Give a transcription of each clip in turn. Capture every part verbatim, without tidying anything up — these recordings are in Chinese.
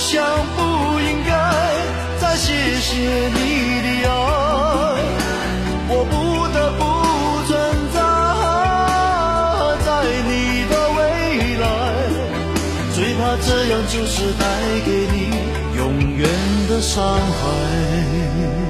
想不应该再谢谢你的爱，我不得不存在在你的未来，最怕这样就是带给你永远的伤害。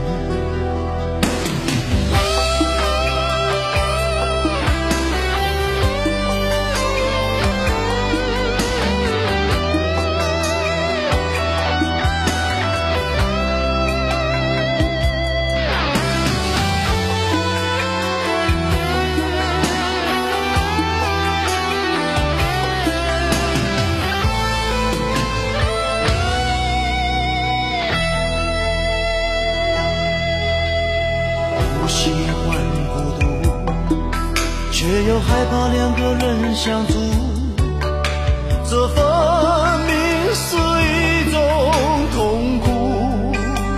却又害怕两个人相处，这分明是一种痛苦。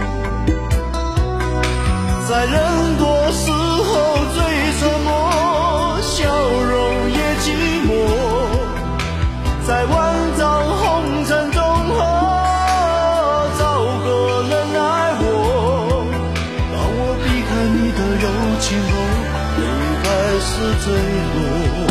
在人多时候最沉默，笑容也寂寞。在万丈红尘中，找个人爱我。当我避开你的柔情后，是坠落，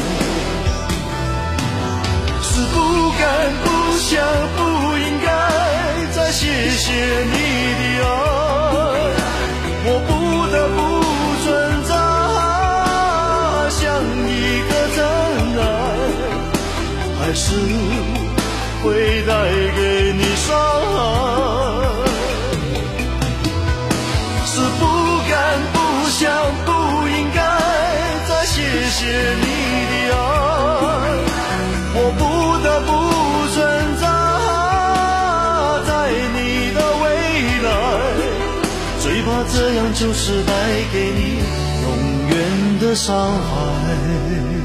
是不敢不想不应该再谢谢你的爱，我不得不存在像一个真爱，还是会带给你伤害，是不敢不想不应该谢谢你的爱，我不得不存在在你的未来，最怕这样就是带给你永远的伤害。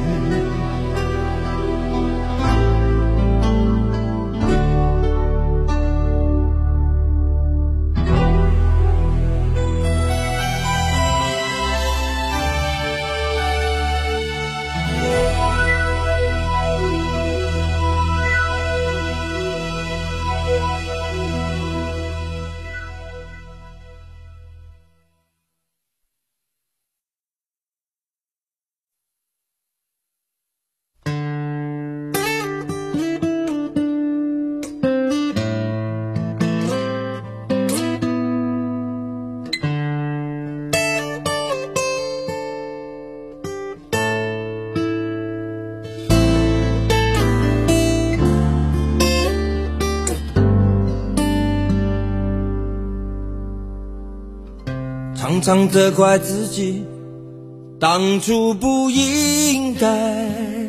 常常责怪自己当初不应该，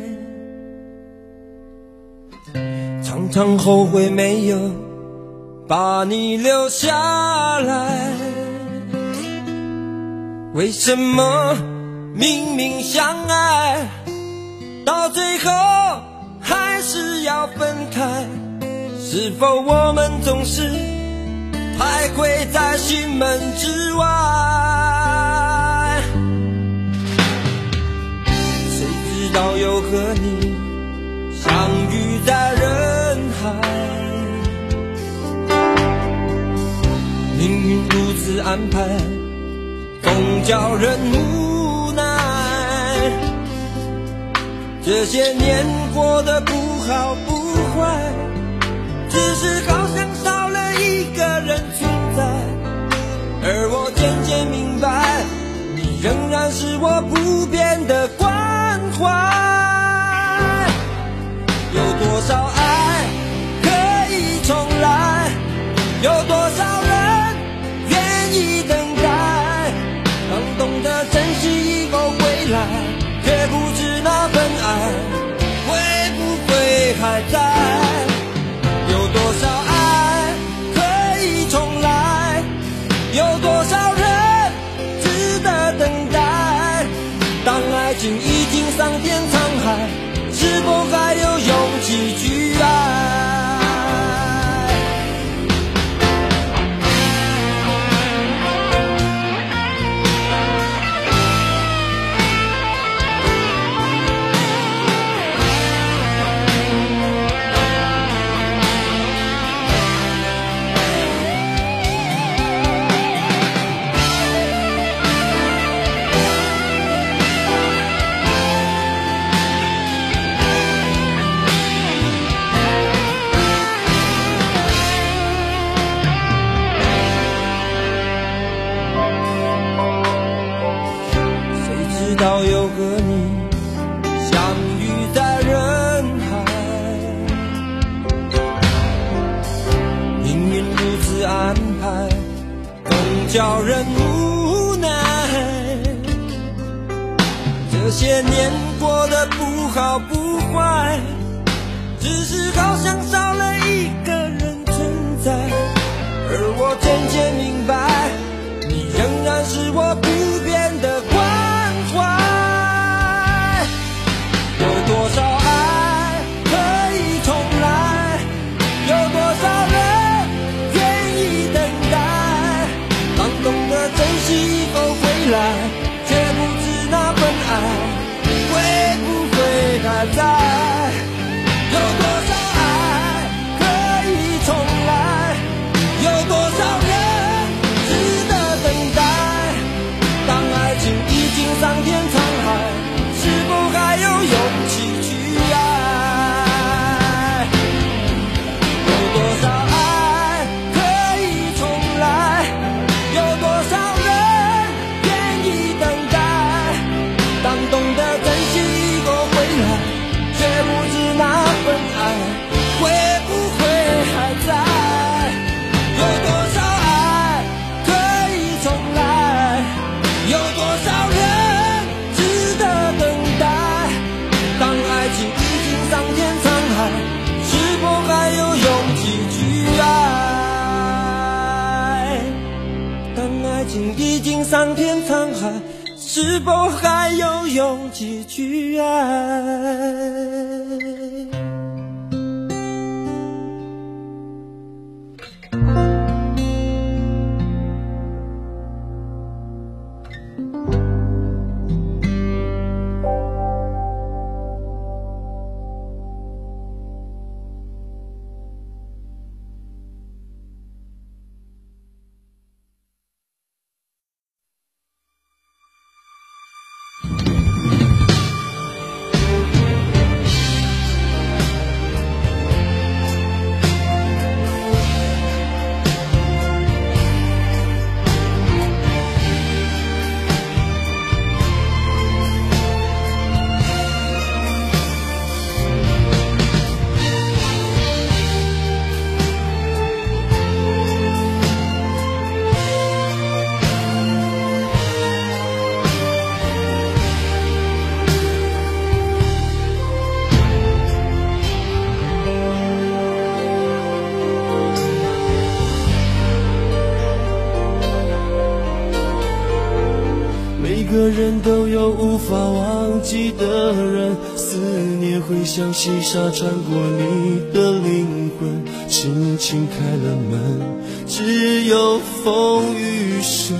常常后悔没有把你留下来。为什么明明相爱，到最后还是要分开？是否我们总是徘徊在心门之外？谁知道又和你相遇在人海，命运如此安排，总叫人无奈。这些年过得不好不坏，只是好像少了一个人存在，而我渐渐明白，你仍然是我不变的关怀。有多少爱可以重来，有多少人愿意等待，当懂得珍惜以后回来，却不知那份爱会不会还在。有多少爱可以重来，有多少人值得等待，当爱情已经桑田沧海，是否还有勇气去爱？ 和你相遇在人海，命运如此安排，更叫人无奈。这些年过得不好不坏，只是好像少了一个人存在，而我渐渐明白，你仍然是我不变的关怀。有多少爱可以重来，有多少人愿意等待，当懂得珍惜以后回来，却不知那份爱会不会还在。有多少爱可以重来，有多少人值得等待，当爱情已经桑田沧海，是否还有勇气去爱？有多少爱可以重来，有多少人愿意等待，当懂得珍惜以后回来，却不知那份爱会不会还在。有多少爱可以重来，有多少人值得等待，当爱情已经桑田沧海，是否还有勇气去爱？当爱情已经桑田沧海，是否还有勇气去爱？ 每个人都有无法忘记的人，思念会像细沙穿过你的灵魂，轻轻开了门，只有风雨声。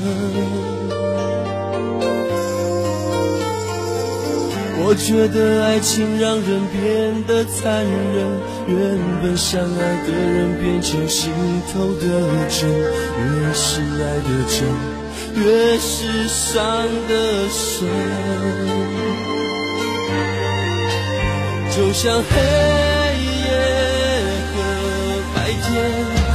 我觉得爱情让人变得残忍，原本相爱的人变成心头的针，越是爱的真，越是伤得深。就像黑夜和白天